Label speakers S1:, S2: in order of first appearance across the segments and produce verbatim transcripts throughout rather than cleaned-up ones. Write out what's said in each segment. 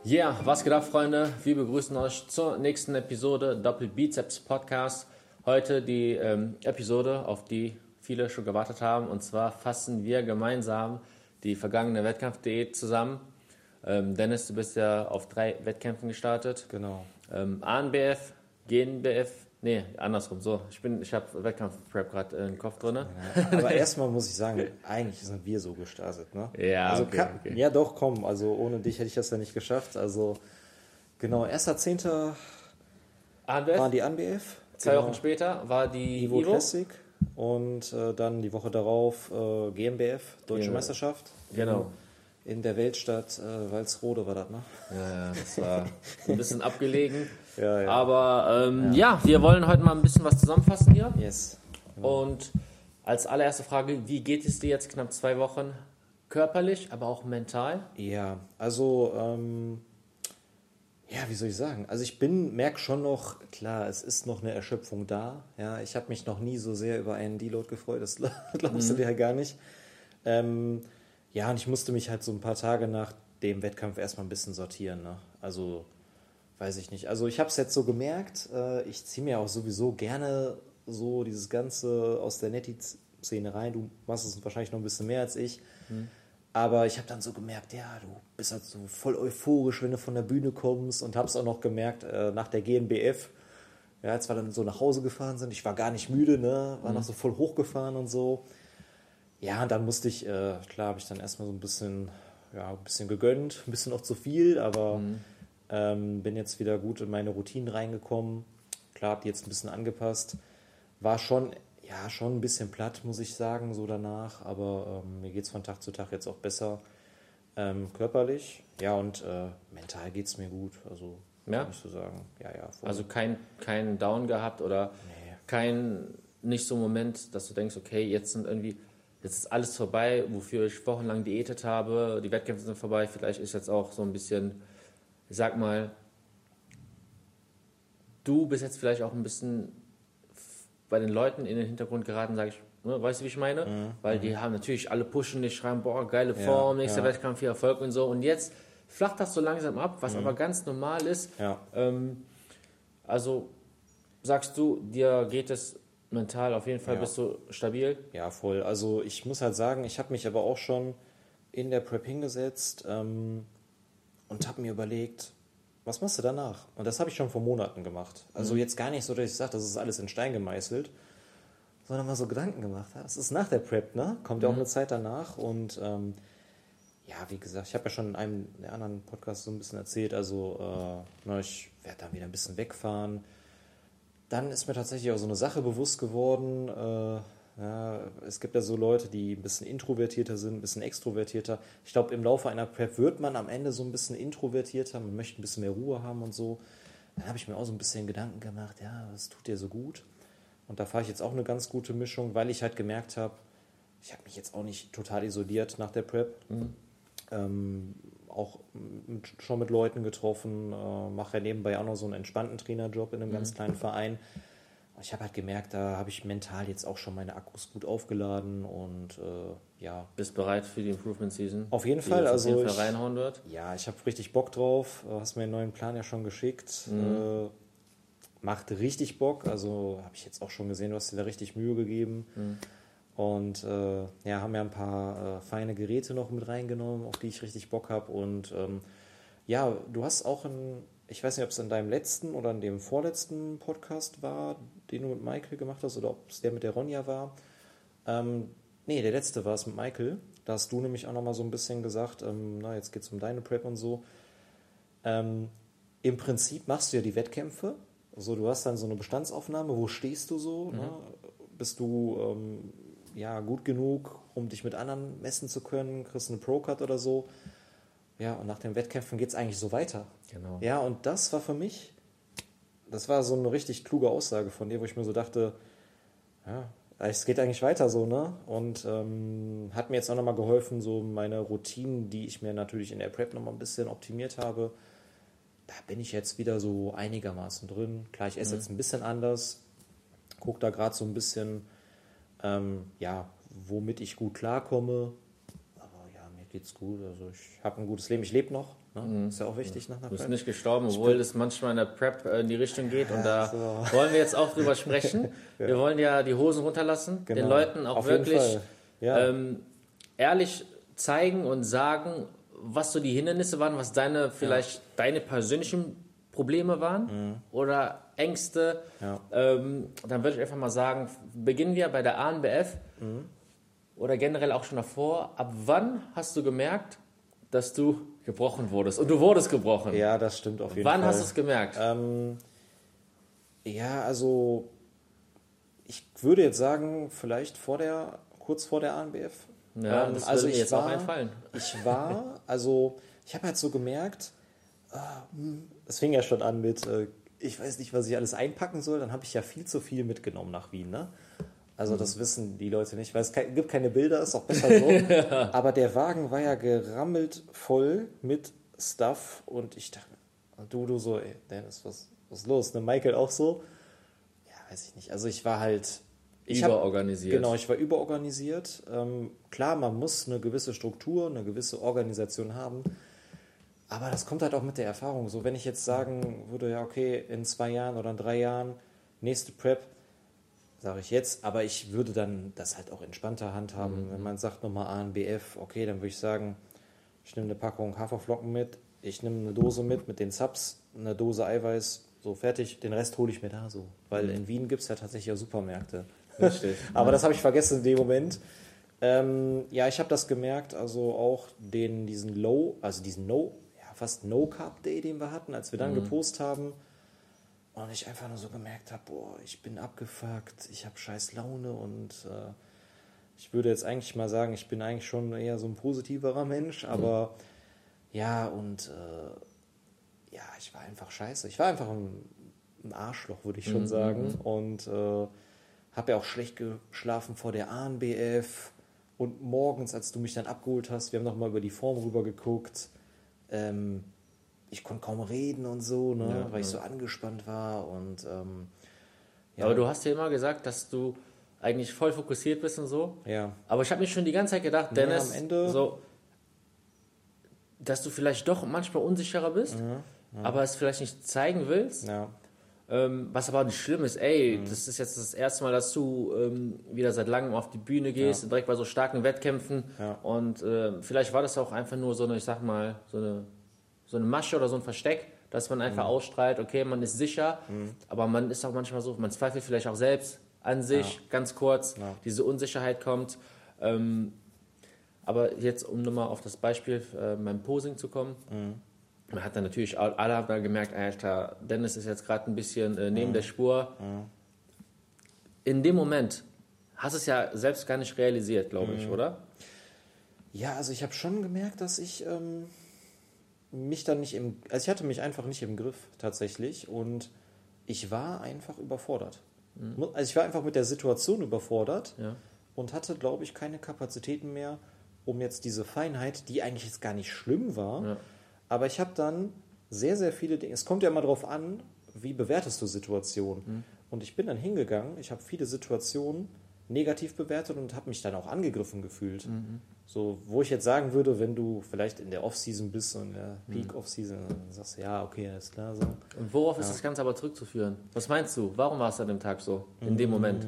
S1: Ja, yeah, was geht ab, Freunde? Wir begrüßen euch zur nächsten Episode Doppel-Bizeps Podcast. Heute die ähm, Episode, auf die viele schon gewartet haben. Und zwar fassen wir gemeinsam die vergangene Wettkampfdiät zusammen. Ähm, Dennis, du bist ja auf drei Wettkämpfen gestartet.
S2: Genau.
S1: Ähm, A N B F, G N B F, nee, andersrum, so. Ich bin, ich habe Wettkampf-Prep gerade im Kopf drin.
S2: Ja, aber erstmal muss ich sagen, eigentlich sind wir so gestartet, ne?
S1: Ja,
S2: also
S1: okay,
S2: kann,
S1: okay.
S2: Ja doch, komm, also ohne dich hätte ich das ja nicht geschafft. Also genau, erster Zehnter
S1: A N B F,
S2: waren die A N B F.
S1: zwei
S2: genau.
S1: Wochen später war die
S2: Evo,
S1: Evo.
S2: Classic und äh, dann die Woche darauf äh, G N B F, Deutsche
S1: Ja.
S2: Meisterschaft.
S1: Genau.
S2: In der Weltstadt äh, Walsrode war das, ne?
S1: Ja, das war ein bisschen abgelegen.
S2: Ja, ja.
S1: Aber ähm, ja. ja, wir wollen heute mal ein bisschen was zusammenfassen hier.
S2: Yes.
S1: Genau. Und als allererste Frage, wie geht es dir jetzt knapp zwei Wochen körperlich, aber auch mental?
S2: Ja, also, ähm, ja, wie soll ich sagen? Also ich bin, merke schon noch, klar, es ist noch eine Erschöpfung da. Ja, ich habe mich noch nie so sehr über einen Deload gefreut, das glaubst
S1: Mhm.
S2: du dir ja gar nicht. Ähm, ja, und ich musste mich halt so ein paar Tage nach dem Wettkampf erstmal ein bisschen sortieren. Ne? Also, weiß ich nicht. Also ich habe es jetzt so gemerkt, äh, ich ziehe mir auch sowieso gerne so dieses Ganze aus der Netti-Szene rein. Du machst es wahrscheinlich noch ein bisschen mehr als ich.
S1: Mhm.
S2: Aber ich habe dann so gemerkt, ja, du bist halt so voll euphorisch, wenn du von der Bühne kommst. Und habe es auch noch gemerkt, äh, nach der G N B F, ja, als wir dann so nach Hause gefahren sind, ich war gar nicht müde, ne? War
S1: Mhm.
S2: noch so voll hochgefahren und so. Ja, und dann musste ich, äh, klar, habe ich dann erstmal so ein bisschen, ja, ein bisschen gegönnt, ein bisschen auch zu viel, aber
S1: Mhm.
S2: ähm, bin jetzt wieder gut in meine Routinen reingekommen. Klar, habe die jetzt ein bisschen angepasst. War schon, ja, schon ein bisschen platt, muss ich sagen, so danach, aber ähm, mir geht es von Tag zu Tag jetzt auch besser ähm, körperlich. Ja, und äh, mental geht es mir gut, also
S1: Ja?
S2: kann ich so sagen. Ja, ja, voll.
S1: Also kein, kein Down gehabt oder
S2: Nee.
S1: kein, nicht so ein Moment, dass du denkst, okay, jetzt sind irgendwie, jetzt ist alles vorbei, wofür ich wochenlang diätet habe, die Wettkämpfe sind vorbei, vielleicht ist jetzt auch so ein bisschen, ich sag mal, du bist jetzt vielleicht auch ein bisschen bei den Leuten in den Hintergrund geraten, sage ich, ne, weißt du, wie ich meine?
S2: Mhm.
S1: Weil die haben natürlich alle pushen dich, schreiben, boah, geile
S2: Ja,
S1: Form, nächster
S2: ja.
S1: Wettkampf, viel Erfolg und so. Und jetzt flacht das so langsam ab, was aber ganz normal ist.
S2: Ja.
S1: Ähm, also sagst du, dir geht es mental auf jeden Fall,
S2: Ja.
S1: bist du stabil?
S2: Ja, voll. Also ich muss halt sagen, ich habe mich aber auch schon in der Prep hingesetzt ähm, und habe mir überlegt, was machst du danach? Und das habe ich schon vor Monaten gemacht. Also
S1: Mhm.
S2: jetzt gar nicht so, dass ich sage, das ist alles in Stein gemeißelt, sondern mal so Gedanken gemacht. Ja, es ist nach der Prep, ne? Kommt ja auch
S1: Mhm.
S2: eine Zeit danach. Und ähm, ja, wie gesagt, ich habe ja schon in einem der anderen Podcasts so ein bisschen erzählt, also äh, na, ich werde dann wieder ein bisschen wegfahren. Dann ist mir tatsächlich auch so eine Sache bewusst geworden. Äh, ja, es gibt ja so Leute, die ein bisschen introvertierter sind, ein bisschen extrovertierter. Ich glaube, im Laufe einer Prep wird man am Ende so ein bisschen introvertierter. Man möchte ein bisschen mehr Ruhe haben und so. Dann habe ich mir auch so ein bisschen Gedanken gemacht, ja, was tut dir so gut? Und da fahre ich jetzt auch eine ganz gute Mischung, weil ich halt gemerkt habe, ich habe mich jetzt auch nicht total isoliert nach der Prep.
S1: Mhm.
S2: Ähm, auch mit, schon mit Leuten getroffen, äh, mache ja nebenbei auch noch so einen entspannten Trainerjob in einem
S1: Mhm.
S2: ganz kleinen Verein. Und ich habe halt gemerkt, da habe ich mental jetzt auch schon meine Akkus gut aufgeladen und äh, ja.
S1: Bist bereit für die Improvement Season?
S2: Auf jeden
S1: die
S2: Fall,
S1: jetzt
S2: also
S1: auf jeden Fall
S2: ich-
S1: reinhauen wird.
S2: Ja, ich habe richtig Bock drauf. Du hast mir einen neuen Plan ja schon geschickt.
S1: Mhm.
S2: Äh, macht richtig Bock. Also habe ich jetzt auch schon gesehen, du hast dir da richtig Mühe gegeben.
S1: Mhm.
S2: Und äh, ja, haben ja ein paar äh, feine Geräte noch mit reingenommen, auf die ich richtig Bock habe. Und ähm, ja, du hast auch ein, ich weiß nicht, ob es in deinem letzten oder in dem vorletzten Podcast war, den du mit Michael gemacht hast, oder ob es der mit der Ronja war. Ähm, nee, der letzte war es mit Michael. Da hast du nämlich auch nochmal so ein bisschen gesagt, ähm, na, jetzt geht es um deine Prep und so. Ähm, Im Prinzip machst du ja die Wettkämpfe. Also du hast dann so eine Bestandsaufnahme, wo stehst du so?
S1: Mhm.
S2: Ne? Bist du ähm, ja, gut genug, um dich mit anderen messen zu können? Kriegst du eine Pro-Cut oder so? Ja, und nach den Wettkämpfen geht es eigentlich so weiter.
S1: Genau.
S2: Ja, und das war für mich, das war so eine richtig kluge Aussage von dir, wo ich mir so dachte, ja, es geht eigentlich weiter so, ne? Und ähm, hat mir jetzt auch nochmal geholfen, so meine Routinen, die ich mir natürlich in der Prep nochmal ein bisschen optimiert habe, da bin ich jetzt wieder so einigermaßen drin. Klar, ich esse
S1: Mhm.
S2: jetzt ein bisschen anders, gucke da gerade so ein bisschen, ähm, ja, womit ich gut klarkomme. Aber ja, mir geht's gut. Also ich habe ein gutes Leben. Ich lebe noch. Ne? Mhm. Ist ja auch wichtig nach einer
S1: Du bist
S2: Prep.
S1: nicht gestorben, obwohl es manchmal in der Prep in die Richtung geht. Und da so. wollen wir jetzt auch drüber sprechen. ja. Wir wollen ja die Hosen runterlassen, genau. den Leuten auch Auf wirklich ja. ähm, ehrlich zeigen und sagen, was so die Hindernisse waren, was deine vielleicht ja. deine persönlichen Probleme waren mhm. oder Ängste. Ja. Ähm, dann würde ich einfach mal sagen, beginnen wir bei der A N B F mhm. oder generell auch schon davor. Ab wann hast du gemerkt, dass du gebrochen wurdest? Und du wurdest gebrochen.
S2: Ja, das stimmt auf jeden
S1: wann
S2: Fall.
S1: Wann hast du es gemerkt?
S2: Ähm, ja, also ich würde jetzt sagen, vielleicht vor der, kurz vor der A N B F.
S1: Ja, ähm, das also ich jetzt war, auch einfallen.
S2: Ich war, also ich habe halt so gemerkt, es fing ja schon an mit, äh, ich weiß nicht, was ich alles einpacken soll, dann habe ich ja viel zu viel mitgenommen nach Wien, ne? Also mhm. das wissen die Leute nicht, weil es ke- gibt keine Bilder, ist auch besser so. ja. Aber der Wagen war ja gerammelt voll mit Stuff und ich dachte, du, du so, ey, Dennis, was, was ist los? Ne, Michael auch so? Ja, weiß ich nicht. Also ich war halt... Ich
S1: überorganisiert.
S2: Hab, genau, ich war überorganisiert. Ähm, klar, man muss eine gewisse Struktur, eine gewisse Organisation haben, aber das kommt halt auch mit der Erfahrung. So, wenn ich jetzt sagen würde, ja, okay, in zwei Jahren oder in drei Jahren, nächste Prep, sage ich jetzt, aber ich würde dann das halt auch entspannter handhaben. Mhm. Wenn man sagt nochmal A N B F, okay, dann würde ich sagen, ich nehme eine Packung Haferflocken mit, ich nehme eine Dose mit, mit den Subs, eine Dose Eiweiß, so fertig, den Rest hole ich mir da so. Weil mhm. in Wien gibt es ja tatsächlich auch Supermärkte. Richtig. Aber ja. das habe ich vergessen in dem Moment. Ähm, ja, ich habe das gemerkt, also auch den, diesen Low, also diesen No, ja, fast No-Carb-Day, den wir hatten, als wir dann mhm. gepostet haben. Und ich einfach nur so gemerkt habe, boah, ich bin abgefuckt, ich habe scheiß Laune und äh, ich würde jetzt eigentlich mal sagen, ich bin eigentlich schon eher so ein positiverer Mensch, aber mhm. ja, und äh, ja, ich war einfach scheiße. Ich war einfach ein, ein Arschloch, würde ich schon mhm. sagen. Und äh, habe ja auch schlecht geschlafen vor der A N B F und morgens, als du mich dann abgeholt hast, wir haben nochmal über die Form rüber geguckt, ähm, ich konnte kaum reden und so, ne, ja, weil ja. ich so angespannt war und ähm, ja.
S1: Aber du hast ja immer gesagt, dass du eigentlich voll fokussiert bist und so.
S2: Ja.
S1: Aber ich habe mich schon die ganze Zeit gedacht, Dennis,
S2: ja, am Ende
S1: so, dass du vielleicht doch manchmal unsicherer bist, ja, ja. aber es vielleicht nicht zeigen willst.
S2: Ja.
S1: Ähm, was aber nicht schlimm ist, ey, mhm. das ist jetzt das erste Mal, dass du ähm, wieder seit langem auf die Bühne gehst, ja. direkt bei so starken Wettkämpfen
S2: ja.
S1: und äh, vielleicht war das auch einfach nur so eine, ich sag mal, so eine, so eine Masche oder so ein Versteck, dass man einfach mhm. ausstrahlt, okay, man ist sicher, mhm. aber man ist auch manchmal so, man zweifelt vielleicht auch selbst an sich, ja. ganz kurz, ja. diese Unsicherheit kommt. Ähm, aber jetzt, um nochmal auf das Beispiel äh, beim Posing zu kommen,
S2: mhm.
S1: man hat dann natürlich, alle haben dann gemerkt, Alter, Dennis ist jetzt gerade ein bisschen äh, neben mhm. der Spur.
S2: Mhm.
S1: In dem Moment hast du es ja selbst gar nicht realisiert, glaube mhm. ich, oder?
S2: Ja, also ich habe schon gemerkt, dass ich ähm, mich dann nicht im, also ich hatte mich einfach nicht im Griff tatsächlich und ich war einfach überfordert. Mhm. Also ich war einfach mit der Situation überfordert
S1: ja.
S2: und hatte, glaube ich, keine Kapazitäten mehr, um jetzt diese Feinheit, die eigentlich jetzt gar nicht schlimm war,
S1: ja.
S2: aber ich habe dann sehr, sehr viele Dinge, es kommt ja immer darauf an, wie bewertest du Situationen.
S1: Mhm.
S2: Und ich bin dann hingegangen, ich habe viele Situationen negativ bewertet und habe mich dann auch angegriffen gefühlt.
S1: Mhm.
S2: So, wo ich jetzt sagen würde, wenn du vielleicht in der Off-Season bist und in der Peak-Off-Season, dann sagst du, ja, okay, alles klar. So.
S1: Und worauf
S2: ja.
S1: ist das Ganze aber zurückzuführen? Was meinst du? Warum war es an dem Tag so, in mhm. dem Moment?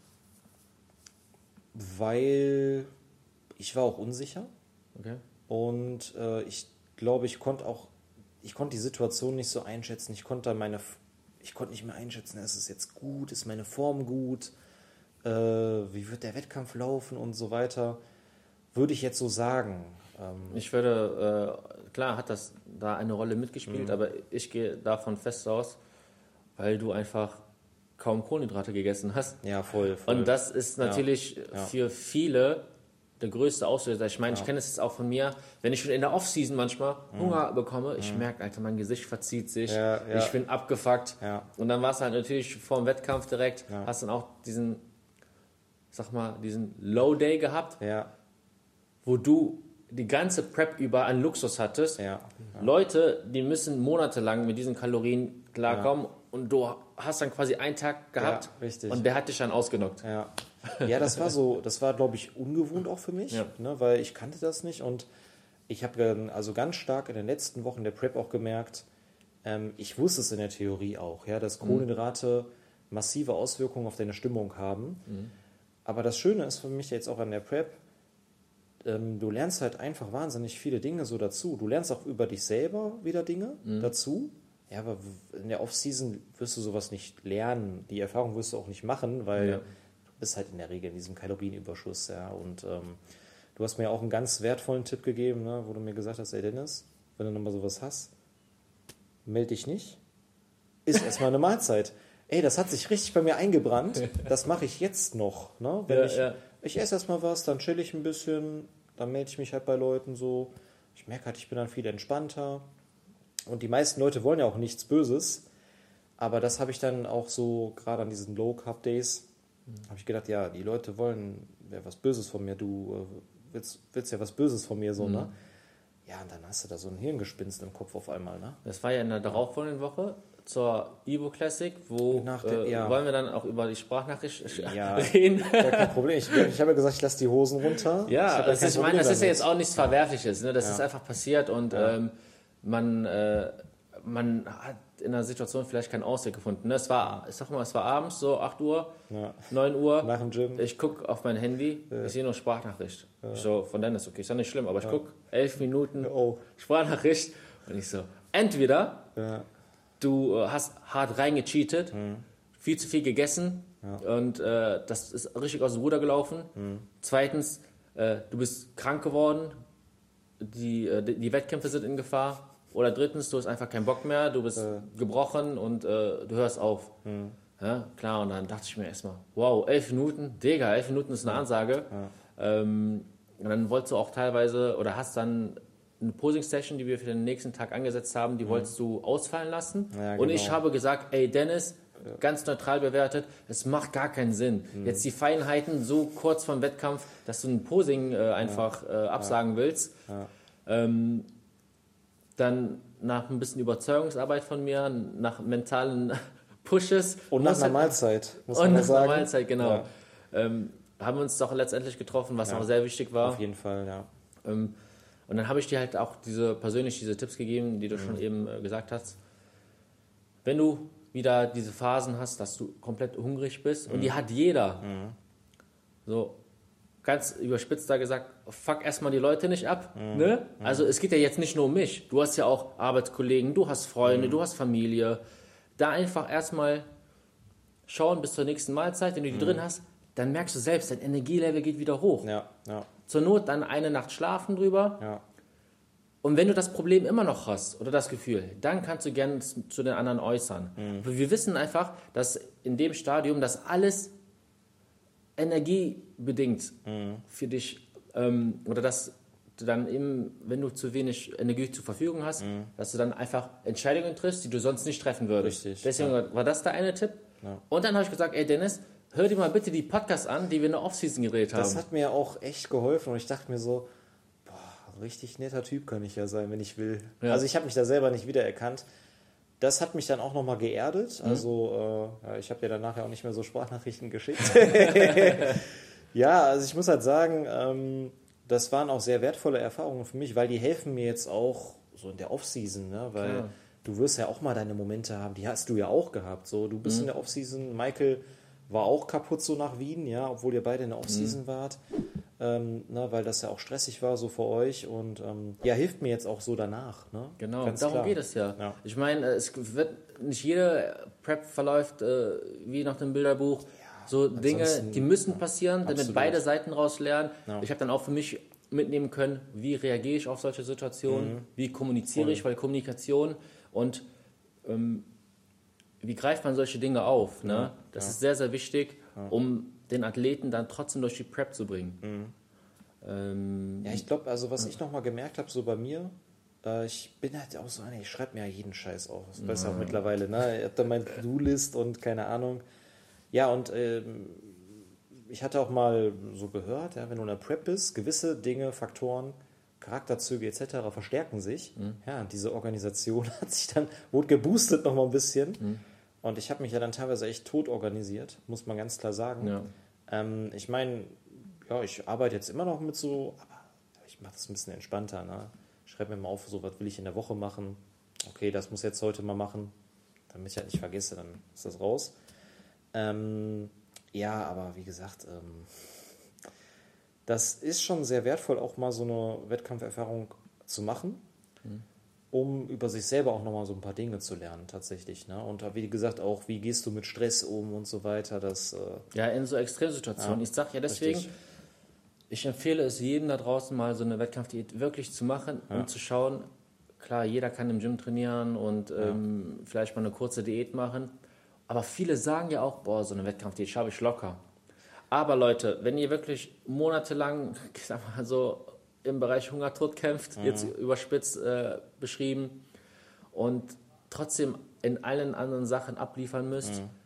S2: Weil ich war auch unsicher.
S1: Okay.
S2: Und äh, ich glaube, ich konnte auch, ich konnte die Situation nicht so einschätzen. Ich konnte meine, ich konnte nicht mehr einschätzen, ist es jetzt gut, ist meine Form gut, äh, wie wird der Wettkampf laufen und so weiter. Würde ich jetzt so sagen. Ähm
S1: ich würde, äh, klar hat das da eine Rolle mitgespielt, mhm. aber ich gehe davon fest aus, weil du einfach kaum Kohlenhydrate gegessen hast.
S2: Ja, voll. voll.
S1: Und das ist natürlich
S2: ja, ja.
S1: für viele der größte Auslöser. Ich meine,
S2: ja.
S1: ich kenne es jetzt auch von mir, wenn ich schon in der Off-Season manchmal mhm. Hunger bekomme, ich mhm. merke, Alter, mein Gesicht verzieht sich,
S2: ja, ja.
S1: ich bin abgefuckt.
S2: Ja.
S1: Und dann war es halt natürlich vor dem Wettkampf direkt,
S2: ja.
S1: hast dann auch diesen, sag mal, diesen Low-Day gehabt,
S2: ja.
S1: wo du die ganze Prep über an Luxus hattest.
S2: Ja. Ja.
S1: Leute, die müssen monatelang mit diesen Kalorien klarkommen ja. und du hast dann quasi einen Tag gehabt
S2: ja, richtig.
S1: Und der hat dich dann ausgenockt.
S2: Ja, ja das war so, das war, glaube ich, ungewohnt auch für mich,
S1: ja.
S2: ne, weil ich kannte das nicht und ich habe also ganz stark in den letzten Wochen der Prep auch gemerkt, ähm, ich wusste es in der Theorie auch, ja, dass Kohlenhydrate mhm. massive Auswirkungen auf deine Stimmung haben. Mhm. Aber das Schöne ist für mich jetzt auch an der Prep, ähm, du lernst halt einfach wahnsinnig viele Dinge so dazu. Du lernst auch über dich selber wieder Dinge mhm. dazu. Ja, aber in der Off-Season wirst du sowas nicht lernen. Die Erfahrung wirst du auch nicht machen, weil ja. du bist halt in der Regel in diesem Kalorienüberschuss. Ja. Und ähm, du hast mir auch einen ganz wertvollen Tipp gegeben, ne, wo du mir gesagt hast, ey Dennis, wenn du nochmal sowas hast, melde dich nicht, iss erstmal eine Mahlzeit. Ey, das hat sich richtig bei mir eingebrannt. Das mache ich jetzt noch. Ne? Wenn
S1: ja,
S2: ich,
S1: ja.
S2: ich esse erstmal was, dann chill ich ein bisschen, dann melde ich mich halt bei Leuten so. Ich merke halt, ich bin dann viel entspannter. Und die meisten Leute wollen ja auch nichts Böses. Aber das habe ich dann auch so, gerade an diesen Low-Carb-Days, mhm. habe ich gedacht, ja, die Leute wollen ja was Böses von mir. Du äh, willst, willst ja was Böses von mir, so, mhm. ne? Ja, und dann hast du da so ein Hirngespinst im Kopf auf einmal, ne?
S1: Das war ja in der darauffolgenden Woche zur Evo Classic, wo
S2: Nach der,
S1: äh,
S2: ja.
S1: wollen wir dann auch über die Sprachnachricht
S2: ja,
S1: reden.
S2: Ja, kein Problem. Ich, ich habe ja gesagt, ich lasse die Hosen runter.
S1: Ja,
S2: ich,
S1: das ist, ich meine, das ist ja jetzt auch nichts
S2: ja.
S1: Verwerfliches. Ne? Das
S2: ja.
S1: ist einfach passiert und
S2: ja.
S1: ähm, man, äh, man hat in der Situation vielleicht keinen Ausweg gefunden. Ne? Es war, ich sag mal, es war abends, so acht Uhr,
S2: ja.
S1: neun Uhr.
S2: Nach dem Gym.
S1: Ich gucke auf mein Handy, ja. ich sehe nur Sprachnachricht. Ja. Ich so, von Dennis, okay, ist ja nicht schlimm, aber ich ja. gucke elf Minuten
S2: oh.
S1: Sprachnachricht und ich so, entweder
S2: ja.
S1: du äh, hast hart reingecheatet, mhm. viel zu viel gegessen ja. und äh, das ist richtig aus dem Ruder gelaufen. Mhm. Zweitens, äh, du bist krank geworden, die, äh, die Wettkämpfe sind in Gefahr. Oder drittens, du hast einfach keinen Bock mehr, du bist äh. gebrochen und äh, du hörst auf. Mhm. Ja, klar, und dann dachte ich mir erstmal, wow, elf Minuten, Digga, elf Minuten ist eine Ansage. Ja. Ähm, und dann wolltest du auch teilweise, oder hast dann eine Posing-Session, die wir für den nächsten Tag angesetzt haben, die mhm. wolltest du ausfallen lassen. Ja, genau. Und ich habe gesagt, ey Dennis, ja. ganz neutral bewertet, es macht gar keinen Sinn. Mhm. Jetzt die Feinheiten so kurz vom Wettkampf, dass du ein Posing äh, einfach ja. äh, absagen ja. willst. Ja. Ähm, Dann nach ein bisschen Überzeugungsarbeit von mir, nach mentalen Pushes.
S2: Und nach einer Mahlzeit,
S1: muss man sagen. Und nach einer Mahlzeit, genau. Ja. Ähm, haben wir uns doch letztendlich getroffen, was
S2: ja.
S1: auch sehr wichtig war.
S2: Auf jeden Fall, ja.
S1: Ähm, und dann habe ich dir halt auch diese persönlich diese Tipps gegeben, die du mhm. schon eben äh, gesagt hast. Wenn du wieder diese Phasen hast, dass du komplett hungrig bist, mhm. und die hat jeder. Mhm. So, ganz überspitzt da gesagt, fuck erstmal die Leute nicht ab. Mhm. Ne? Also es geht ja jetzt nicht nur um mich. Du hast ja auch Arbeitskollegen, du hast Freunde, mhm. du hast Familie. Da einfach erstmal schauen bis zur nächsten Mahlzeit. Wenn du die mhm. drin hast, dann merkst du selbst, dein Energielevel geht wieder hoch.
S2: Ja, ja.
S1: Zur Not dann eine Nacht schlafen drüber.
S2: Ja.
S1: Und wenn du das Problem immer noch hast oder das Gefühl, dann kannst du gerne zu den anderen äußern. Mhm. Aber wir wissen einfach, dass in dem Stadium das alles energiebedingt mhm. für dich ähm, oder dass du dann eben, wenn du zu wenig Energie zur Verfügung hast, mhm. dass du dann einfach Entscheidungen triffst, die du sonst nicht treffen würdest.
S2: Richtig,
S1: Deswegen
S2: ja.
S1: war das der eine Tipp.
S2: Ja.
S1: Und dann habe ich gesagt, ey Dennis, hör dir mal bitte die Podcasts an, die wir in der Off-Season gedreht haben.
S2: Das hat mir auch echt geholfen und ich dachte mir so, boah, ein richtig netter Typ kann ich ja sein, wenn ich will. Ja. Also ich habe mich da selber nicht wiedererkannt. Das hat mich dann auch nochmal geerdet. Mhm. Also äh, ja, ich habe dir dann nachher auch nicht mehr so Sprachnachrichten geschickt. Ja, also ich muss halt sagen, ähm, das waren auch sehr wertvolle Erfahrungen für mich, weil die helfen mir jetzt auch so in der Off-Season, ne? Weil Klar. du wirst ja auch mal deine Momente haben, die hast du ja auch gehabt. So, du bist mhm. in der Off-Season, Michael war auch kaputt so nach Wien, ja, obwohl ihr beide in der Off-Season mhm. wart, ähm, ne, weil das ja auch stressig war so für euch und ähm, ja, hilft mir jetzt auch so danach. Ne?
S1: Genau,
S2: Ganz
S1: darum
S2: klar.
S1: geht es ja.
S2: ja.
S1: Ich meine, es wird nicht jede Prep verläuft äh, wie nach dem Bilderbuch. Ja, so Dinge, die müssen passieren, ja, damit beide Seiten raus lernen. Ja. Ich habe dann auch für mich mitnehmen können, wie reagiere ich auf solche Situationen, mhm. wie kommuniziere Voll. ich, weil Kommunikation und ähm, wie greift man solche Dinge auf? Ne? Ja, das ja. ist sehr, sehr wichtig, ja. um den Athleten dann trotzdem durch die Prep zu bringen. Mhm. Ähm,
S2: ja, ich glaube, also was ja. ich nochmal gemerkt habe, so bei mir, äh, ich bin halt auch so, nee, ich schreibe mir ja jeden Scheiß auf. Das weiß ja. auch mittlerweile. Ne? Ich habe da meine To-Do-List und keine Ahnung. Ja, und ähm, ich hatte auch mal so gehört, ja, wenn du in der Prep bist, gewisse Dinge, Faktoren, Charakterzüge et cetera verstärken sich. Mhm. Ja, und diese Organisation hat sich dann, wurde geboostet nochmal ein bisschen. Mhm. Und ich habe mich ja dann teilweise echt tot organisiert, muss man ganz klar sagen. Ja. Ähm, ich meine, ja, ich arbeite jetzt immer noch mit so, aber ich mache das ein bisschen entspannter. Ne? Ich schreibe mir mal auf, so was will ich in der Woche machen. Okay, das muss jetzt heute mal machen, damit ich halt nicht vergesse, dann ist das raus. Ähm, ja, aber wie gesagt, ähm, das ist schon sehr wertvoll, auch mal so eine Wettkampferfahrung zu machen, mhm. um über sich selber auch nochmal so ein paar Dinge zu lernen tatsächlich. Ne? Und wie gesagt auch, wie gehst du mit Stress um und so weiter. Das, äh,
S1: ja, in so Extremsituationen. Ja, ich sage ja deswegen, richtig. Ich empfehle es jedem da draußen mal so eine Wettkampfdiät wirklich zu machen, ja. um zu schauen, klar, jeder kann im Gym trainieren und ja. ähm, vielleicht mal eine kurze Diät machen. Aber viele sagen ja auch, boah, so eine Wettkampfdiät schaffe ich locker. Aber Leute, wenn ihr wirklich monatelang, ich sag mal so, im Bereich Hungertod kämpft, mhm. jetzt überspitzt äh, beschrieben, und trotzdem in allen anderen Sachen abliefern müsst mhm.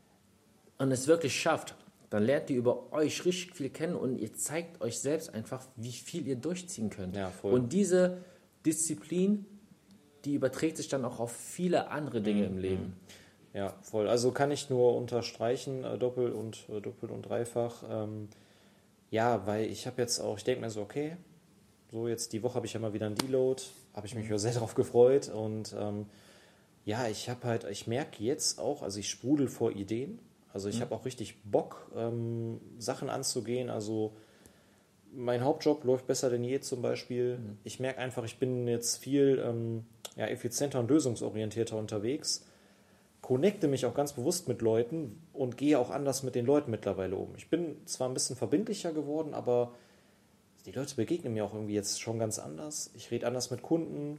S1: und es wirklich schafft, dann lernt ihr über euch richtig viel kennen und ihr zeigt euch selbst einfach, wie viel ihr durchziehen könnt. Ja, voll. Und diese Disziplin, die überträgt sich dann auch auf viele andere Dinge mhm. im Leben.
S2: Ja, voll. Also kann ich nur unterstreichen, äh, doppelt und äh, doppelt und dreifach. Ähm, ja, weil ich habe jetzt auch, ich denke mir so, okay, so jetzt die Woche habe ich ja mal wieder einen Deload, habe ich mich mhm. sehr darauf gefreut und ähm, ja, ich habe halt, ich merke jetzt auch, also ich sprudel vor Ideen, also ich mhm. habe auch richtig Bock, ähm, Sachen anzugehen, also mein Hauptjob läuft besser denn je zum Beispiel. Mhm. Ich merke einfach, ich bin jetzt viel ähm, ja, effizienter und lösungsorientierter unterwegs. Connecte mich auch ganz bewusst mit Leuten und gehe auch anders mit den Leuten mittlerweile um. Ich bin zwar ein bisschen verbindlicher geworden, aber die Leute begegnen mir auch irgendwie jetzt schon ganz anders. Ich rede anders mit Kunden.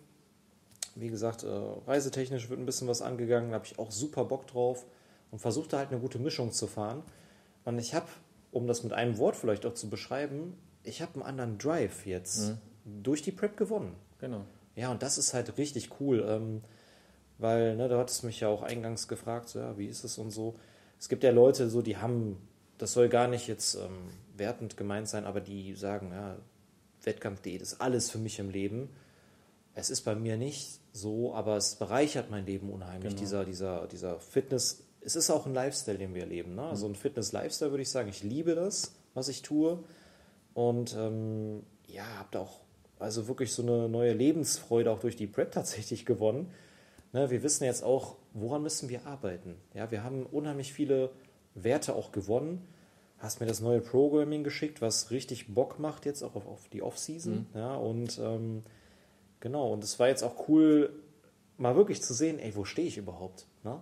S2: Wie gesagt, äh, reisetechnisch wird ein bisschen was angegangen, da habe ich auch super Bock drauf und versuche da halt eine gute Mischung zu fahren. Und ich habe, um das mit einem Wort vielleicht auch zu beschreiben, ich habe einen anderen Drive jetzt mhm. durch die Prep gewonnen.
S1: Genau.
S2: Ja, und das ist halt richtig cool. Ähm, Weil, ne, du hattest mich ja auch eingangs gefragt, so, ja, wie ist es und so. Es gibt ja Leute, so, die haben, das soll gar nicht jetzt ähm, wertend gemeint sein, aber die sagen, ja, Wettkampfdiät ist alles für mich im Leben. Es ist bei mir nicht so, aber es bereichert mein Leben unheimlich, genau. dieser, dieser, dieser Fitness. Es ist auch ein Lifestyle, den wir leben. Ne? Mhm. Also ein Fitness-Lifestyle würde ich sagen. Ich liebe das, was ich tue. Und ähm, ja, habe da auch also wirklich so eine neue Lebensfreude auch durch die Prep tatsächlich gewonnen. Ne, wir wissen jetzt auch, woran müssen wir arbeiten. Ja, wir haben unheimlich viele Werte auch gewonnen. Hast mir das neue Programming geschickt, was richtig Bock macht jetzt auch auf, auf die Off-Season. Mhm. Ja, und ähm, genau, und es war jetzt auch cool, mal wirklich zu sehen, ey, wo stehe ich überhaupt? Ne?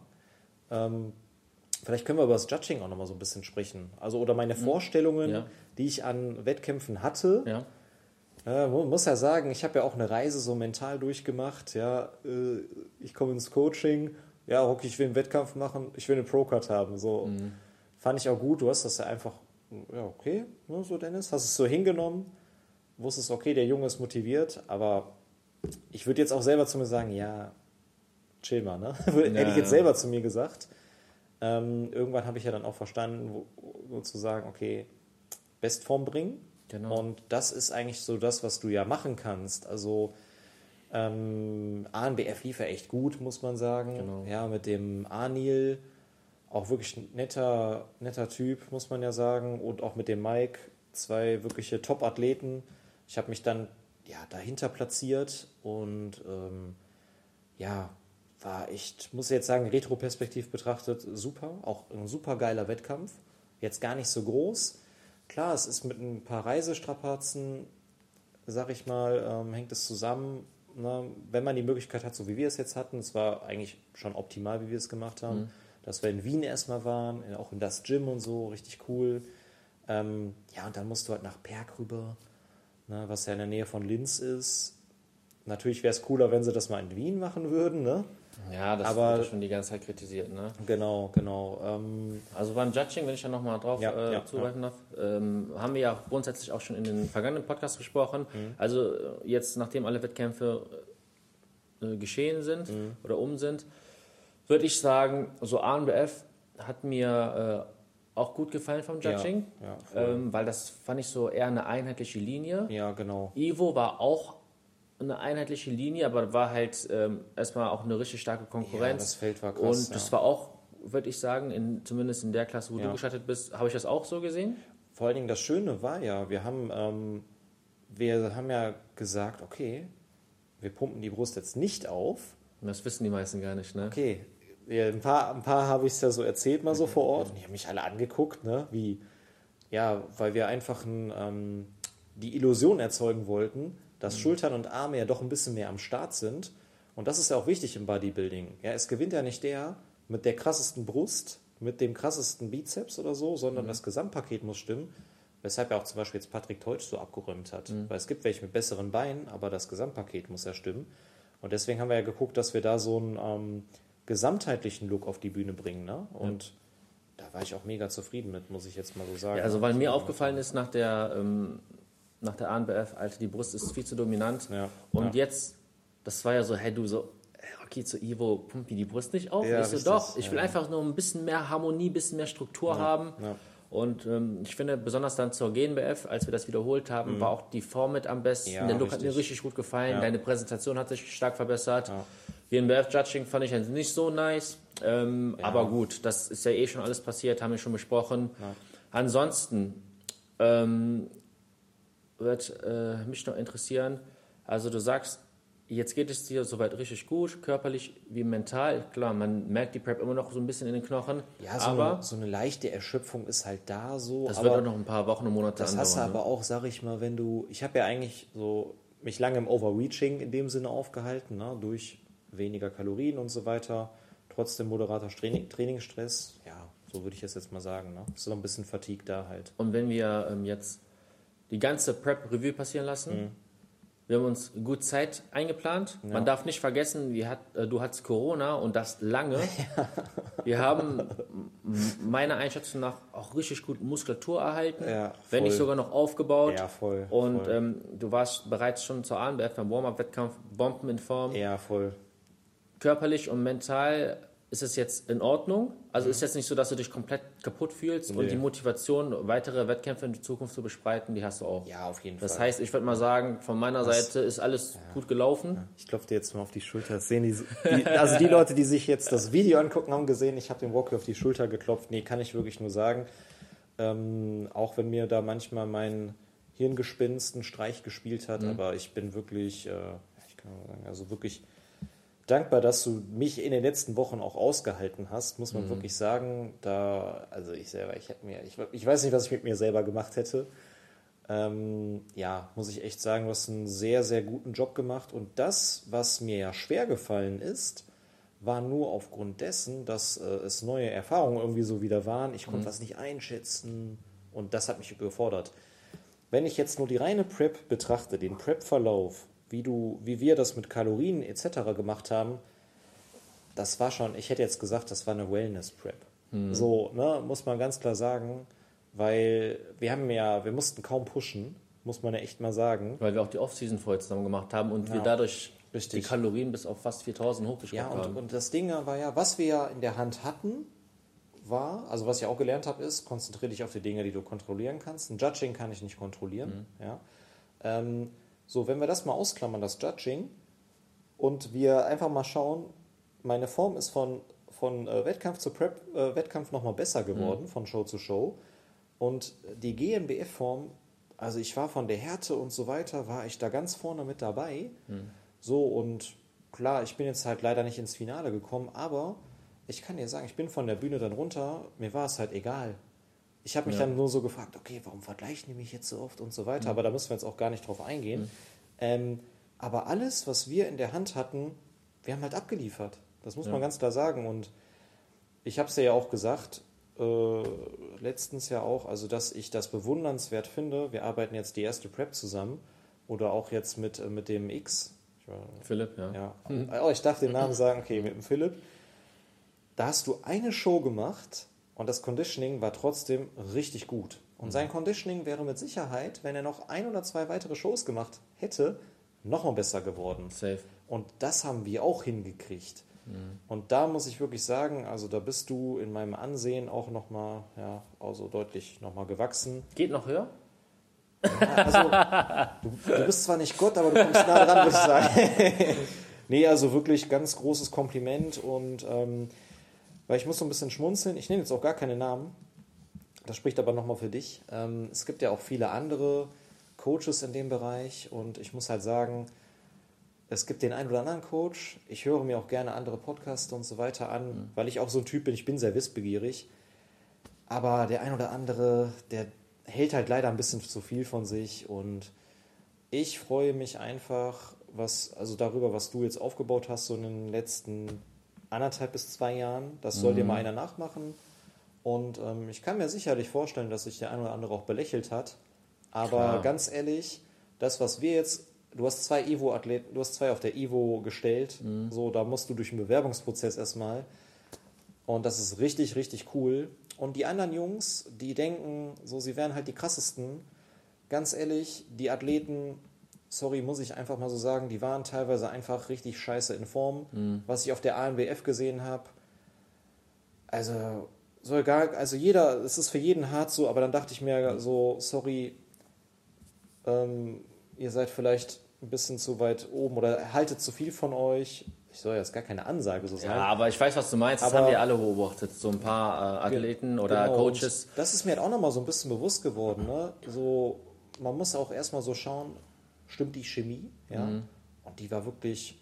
S2: Ähm, vielleicht können wir über das Judging auch nochmal so ein bisschen sprechen. Also, oder meine mhm. Vorstellungen, ja. die ich an Wettkämpfen hatte. Ja. Ja, man muss ja sagen, ich habe ja auch eine Reise so mental durchgemacht. Ja, äh, ich komme ins Coaching. Ja, okay, ich will einen Wettkampf machen. Ich will eine Pro-Card haben. So mhm. fand ich auch gut. Du hast das ja einfach, ja, okay, ne, so Dennis, hast es so hingenommen. Wusstest, okay, der Junge ist motiviert. Aber ich würde jetzt auch selber zu mir sagen, ja, chill mal, ne? Ja, hätte ich jetzt ja. selber zu mir gesagt. Ähm, irgendwann habe ich ja dann auch verstanden, wo, wo zu sagen, okay, Bestform bringen. Genau. Und das ist eigentlich so das, was du ja machen kannst. Also ähm, A N B F lief ja echt gut, muss man sagen. Genau. Ja, mit dem Anil, auch wirklich ein netter, netter Typ, muss man ja sagen. Und auch mit dem Mike, zwei wirkliche Top-Athleten. Ich habe mich dann ja, dahinter platziert und ähm, ja, war echt, muss ich jetzt sagen, retroperspektiv betrachtet, super. Auch ein super geiler Wettkampf. Jetzt gar nicht so groß. Klar, es ist mit ein paar Reisestrapazen, sag ich mal, ähm, hängt es zusammen. Ne? Wenn man die Möglichkeit hat, so wie wir es jetzt hatten, es war eigentlich schon optimal, wie wir es gemacht haben, mhm. dass wir in Wien erstmal waren, auch in das Gym und so, richtig cool. Ähm, ja, und dann musst du halt nach Berg rüber, ne? Was ja in der Nähe von Linz ist. Natürlich wäre es cooler, wenn sie das mal in Wien machen würden, ne?
S1: Ja, das aber, wird ja schon die ganze Zeit kritisiert, ne?
S2: Genau, genau. Ähm,
S1: also beim Judging, wenn ich da nochmal drauf
S2: ja,
S1: äh,
S2: ja,
S1: zugreifen
S2: ja.
S1: darf, ähm, haben wir ja grundsätzlich auch schon in den vergangenen Podcasts gesprochen. Mhm. Also jetzt, nachdem alle Wettkämpfe äh, geschehen sind mhm. oder um sind, würde ich sagen, so A N B F hat mir äh, auch gut gefallen vom Judging,
S2: ja, ja,
S1: ähm, weil das fand ich so eher eine einheitliche Linie.
S2: Ja, genau.
S1: Ivo war auch eine einheitliche Linie, aber war halt ähm, erstmal auch eine richtig starke Konkurrenz. Ja,
S2: das Feld war krass.
S1: Und das
S2: ja.
S1: war auch, würde ich sagen, in, zumindest in der Klasse, wo ja. du gestartet bist, habe ich das auch so gesehen?
S2: Vor allen Dingen das Schöne war ja, wir haben ähm, wir haben ja gesagt, okay, wir pumpen die Brust jetzt nicht auf.
S1: Das wissen die meisten gar nicht, ne?
S2: Okay, ja, ein paar, ein paar habe ich es ja so erzählt mal so vor Ort und die haben mich alle angeguckt, ne? Wie, ja, weil wir einfach ein, ähm, die Illusion erzeugen wollten, dass mhm. Schultern und Arme ja doch ein bisschen mehr am Start sind. Und das ist ja auch wichtig im Bodybuilding. Ja, es gewinnt ja nicht der mit der krassesten Brust, mit dem krassesten Bizeps oder so, sondern mhm. das Gesamtpaket muss stimmen. Weshalb ja auch zum Beispiel jetzt Patrick Teutsch so abgeräumt hat. Mhm. Weil es gibt welche mit besseren Beinen, aber das Gesamtpaket muss ja stimmen. Und deswegen haben wir ja geguckt, dass wir da so einen ähm, gesamtheitlichen Look auf die Bühne bringen. Ne? Und ja. da war ich auch mega zufrieden mit, muss ich jetzt mal so sagen.
S1: Ja, also weil mir aufgefallen ist nach der, ähm, nach der A N B F, Alter, die Brust ist viel zu dominant. Ja. Und ja. jetzt, das war ja so, hey du, so, okay, zu Ivo, pump die Brust nicht auf? Ja, ich so, doch, ich will ja. einfach nur ein bisschen mehr Harmonie, ein bisschen mehr Struktur ja. haben. Ja. Und ähm, ich finde, besonders dann zur G N B F, als wir das wiederholt haben, mhm. war auch die Form mit am besten. Ja, der Look richtig. Hat mir richtig gut gefallen. Ja. Deine Präsentation hat sich stark verbessert. Ja. G N B F-Judging fand ich jetzt nicht so nice. Ähm, ja. Aber gut, das ist ja eh schon alles passiert, haben wir schon besprochen. Ja. Ansonsten ähm, wird äh, mich noch interessieren, also du sagst, jetzt geht es dir soweit richtig gut, körperlich wie mental. Klar, man merkt die Prep immer noch so ein bisschen in den Knochen.
S2: Ja, so, aber eine, so eine leichte Erschöpfung ist halt da so.
S1: Das
S2: aber
S1: wird auch noch ein paar Wochen und Monate
S2: das andauern. Das hast du aber ne? auch, sag ich mal, wenn du... Ich habe ja eigentlich so mich lange im Overreaching in dem Sinne aufgehalten, ne? Durch weniger Kalorien und so weiter. Trotzdem moderater Training, Trainingsstress. Ja, so würde ich das jetzt mal sagen. Ne? Ist so ein bisschen Fatigue da halt.
S1: Und wenn wir ähm, jetzt die ganze Prep-Review passieren lassen... Mhm. Wir haben uns gut Zeit eingeplant. Ja. Man darf nicht vergessen, wir hat, äh, du hattest Corona und das lange. Ja. Wir haben meiner Einschätzung nach auch richtig gut Muskulatur erhalten, ja, wenn nicht sogar noch aufgebaut.
S2: Ja, voll.
S1: Und
S2: voll.
S1: Ähm, du warst bereits schon zur A N B F beim Warm-Up-Wettkampf, Bomben in Form.
S2: Ja, voll.
S1: Körperlich und mental ist es jetzt in Ordnung. Also mhm. ist jetzt nicht so, dass du dich komplett kaputt fühlst nee. und die Motivation, weitere Wettkämpfe in Zukunft zu bestreiten, die hast du auch.
S2: Ja, auf jeden
S1: das
S2: Fall.
S1: Das heißt, ich würde mal sagen, von meiner Was? Seite ist alles ja. gut gelaufen. Ja.
S2: Ich klopfe dir jetzt mal auf die Schulter. Das sehen die, die, also die Leute, die sich jetzt das Video angucken, haben gesehen, ich habe dem Walkie auf die Schulter geklopft. Nee, kann ich wirklich nur sagen. Ähm, auch wenn mir da manchmal mein Hirngespinst einen Streich gespielt hat, mhm. aber ich bin wirklich, äh, ich kann mal sagen, also wirklich dankbar, dass du mich in den letzten Wochen auch ausgehalten hast, muss man mhm. wirklich sagen. Da, also ich selber, ich hätte mir, ich, ich weiß nicht, was ich mit mir selber gemacht hätte. Ähm, ja, muss ich echt sagen, du hast einen sehr, sehr guten Job gemacht. Und das, was mir ja schwer gefallen ist, war nur aufgrund dessen, dass äh, es neue Erfahrungen irgendwie so wieder waren. Ich konnte mhm. was nicht einschätzen und das hat mich überfordert. Wenn ich jetzt nur die reine Prep betrachte, den Prep-Verlauf, wie du, wie wir das mit Kalorien et cetera gemacht haben, das war schon, ich hätte jetzt gesagt, das war eine Wellness-Prep. Mhm. So, ne, muss man ganz klar sagen, weil wir haben ja, wir mussten kaum pushen, muss man ja echt mal sagen.
S1: Weil wir auch die Off-Season vorher zusammen gemacht haben und ja, wir dadurch richtig. Die Kalorien bis auf fast viertausend hochgeschraubt
S2: ja, und,
S1: haben.
S2: Und das Ding war ja, was wir ja in der Hand hatten, war, also was ich auch gelernt habe, ist, konzentriere dich auf die Dinge, die du kontrollieren kannst. Ein Judging kann ich nicht kontrollieren. Mhm. Ja. Ähm, So, wenn wir das mal ausklammern, das Judging, und wir einfach mal schauen, meine Form ist von, von äh, Wettkampf zu Prep, äh, Wettkampf nochmal besser geworden, mhm. von Show zu Show. Und die G N B F-Form, also ich war von der Härte und so weiter, war ich da ganz vorne mit dabei. Mhm. So, und klar, ich bin jetzt halt leider nicht ins Finale gekommen, aber ich kann dir sagen, ich bin von der Bühne dann runter, mir war es halt egal. Ich habe mich ja. dann nur so gefragt, okay, warum vergleichen die mich jetzt so oft und so weiter, mhm. aber da müssen wir jetzt auch gar nicht drauf eingehen. Mhm. Ähm, aber alles, was wir in der Hand hatten, wir haben halt abgeliefert. Das muss ja. man ganz klar sagen. Und ich habe es ja auch gesagt, äh, letztens ja auch, also dass ich das bewundernswert finde. Wir arbeiten jetzt die erste Prep zusammen oder auch jetzt mit, äh, mit dem X. Ich war,
S1: Philipp, ja.
S2: ja. Mhm. Oh, ich darf den Namen sagen, okay, mit dem Philipp. Da hast du eine Show gemacht und das Conditioning war trotzdem richtig gut. Und mhm. sein Conditioning wäre mit Sicherheit, wenn er noch ein oder zwei weitere Shows gemacht hätte, noch mal besser geworden.
S1: Safe.
S2: Und das haben wir auch hingekriegt. Mhm. Und da muss ich wirklich sagen, also da bist du in meinem Ansehen auch noch mal, ja, also deutlich noch mal gewachsen.
S1: Geht noch höher?
S2: Ja, also, du, du bist zwar nicht Gott, aber du kommst nah dran, würde ich sagen. Nee, also wirklich ganz großes Kompliment und ähm, weil ich muss so ein bisschen schmunzeln, ich nenne jetzt auch gar keine Namen, das spricht aber nochmal für dich. Ähm, es gibt ja auch viele andere Coaches in dem Bereich und ich muss halt sagen, es gibt den einen oder anderen Coach. Ich höre mir auch gerne andere Podcasts und so weiter an, mhm. weil ich auch so ein Typ bin, ich bin sehr wissbegierig. Aber der ein oder andere, der hält halt leider ein bisschen zu viel von sich und ich freue mich einfach, was, also darüber, was du jetzt aufgebaut hast, so in den letzten anderthalb bis zwei Jahren. Das soll mhm. dir mal einer nachmachen. Und ähm, ich kann mir sicherlich vorstellen, dass sich der ein oder andere auch belächelt hat. Aber Klar. ganz ehrlich, das, was wir jetzt, du hast zwei Evo-Athleten, du hast zwei auf der Evo gestellt. Mhm. So, da musst du durch einen Bewerbungsprozess erstmal. Und das ist richtig, richtig cool. Und die anderen Jungs, die denken, so, sie wären halt die krassesten. Ganz ehrlich, die Athleten, sorry, muss ich einfach mal so sagen, die waren teilweise einfach richtig scheiße in Form. Mhm. Was ich auf der A N B F gesehen habe. Also, so egal, also jeder, es ist für jeden hart so, aber dann dachte ich mir so, sorry, ähm, ihr seid vielleicht ein bisschen zu weit oben oder haltet zu viel von euch. Ich soll jetzt gar keine Ansage so sein.
S1: Ja, aber ich weiß, was du meinst. Das aber haben wir alle beobachtet. So ein paar äh, Athleten ge- oder genau. Coaches.
S2: Und das ist mir halt auch nochmal so ein bisschen bewusst geworden. Ne? So, man muss auch erstmal so schauen, stimmt die Chemie? Ja? Mhm. Und die war wirklich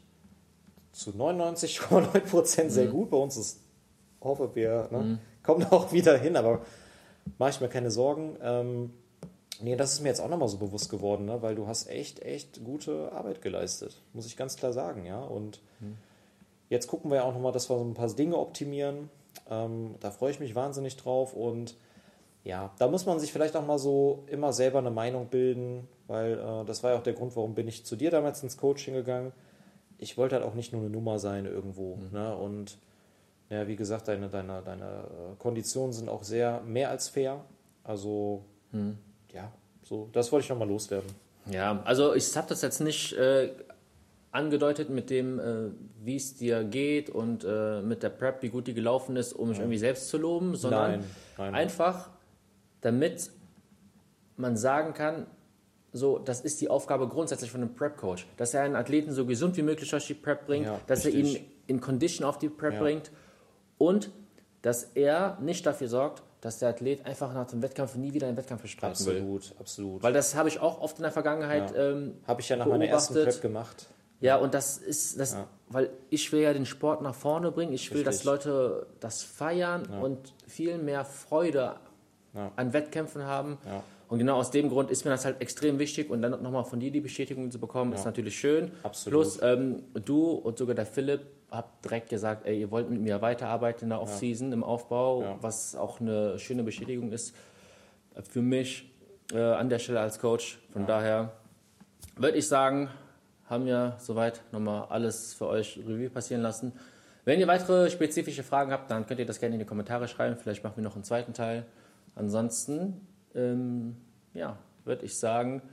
S2: zu neunundneunzig Komma neun Prozent mhm. sehr gut. Bei uns ist, hoffe wir, ne? mhm. kommt auch wieder hin, aber mache ich mir keine Sorgen. Ähm, nee, das ist mir jetzt auch nochmal so bewusst geworden, ne? Weil du hast echt, echt gute Arbeit geleistet. Muss ich ganz klar sagen, ja. Und mhm. jetzt gucken wir ja auch nochmal, dass wir so ein paar Dinge optimieren. Ähm, da freue ich mich wahnsinnig drauf. Und ja, da muss man sich vielleicht auch mal so immer selber eine Meinung bilden, weil äh, das war ja auch der Grund, warum bin ich zu dir damals ins Coaching gegangen. Ich wollte halt auch nicht nur eine Nummer sein irgendwo. Mhm. Ne? Und ja, wie gesagt, deine, deine, deine Konditionen sind auch sehr mehr als fair. Also, hm. ja, so, das wollte ich nochmal loswerden.
S1: Ja, also ich habe das jetzt nicht äh, angedeutet mit dem, äh, wie es dir geht und äh, mit der Prep, wie gut die gelaufen ist, um mich ja. irgendwie selbst zu loben, sondern nein, nein. einfach, damit man sagen kann, so, das ist die Aufgabe grundsätzlich von einem Prep-Coach, dass er einen Athleten so gesund wie möglich durch die Prep bringt, ja, dass richtig. er ihn in Condition auf die Prep ja. bringt. Und dass er nicht dafür sorgt, dass der Athlet einfach nach dem Wettkampf nie wieder einen Wettkampf bestreiten will.
S2: Absolut, absolut.
S1: Weil das habe ich auch oft in der Vergangenheit ja. ähm,
S2: habe ich ja nach meiner ersten Prep gemacht.
S1: Ja, und das ist, das, ja. weil ich will ja den Sport nach vorne bringen. Ich will, Richtig. dass Leute das feiern ja. und viel mehr Freude ja. an Wettkämpfen haben. Ja. Und genau aus dem Grund ist mir das halt extrem wichtig. Und dann nochmal von dir die Bestätigung zu bekommen, ja. ist natürlich schön.
S2: Absolut.
S1: Plus ähm, du und sogar der Philipp habt direkt gesagt, ey, ihr wollt mit mir weiterarbeiten in der Off-Season, ja. im Aufbau, ja. was auch eine schöne Bestätigung ist für mich äh, an der Stelle als Coach. Von ja. daher würde ich sagen, haben wir soweit nochmal alles für euch Revue passieren lassen. Wenn ihr weitere spezifische Fragen habt, dann könnt ihr das gerne in die Kommentare schreiben. Vielleicht machen wir noch einen zweiten Teil. Ansonsten, ähm, ja, würde ich sagen,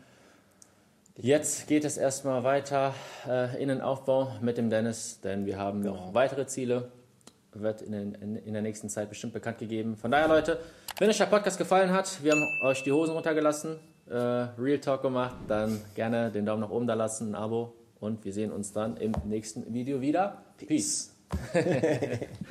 S1: jetzt geht es erstmal weiter äh, in den Aufbau mit dem Dennis, denn wir haben genau. noch weitere Ziele. Wird in, den, in, in der nächsten Zeit bestimmt bekannt gegeben. Von daher, Leute, wenn euch der Podcast gefallen hat, wir haben euch die Hosen runtergelassen, äh, Real Talk gemacht, dann gerne den Daumen nach oben da lassen, ein Abo und wir sehen uns dann im nächsten Video wieder. Peace. Peace.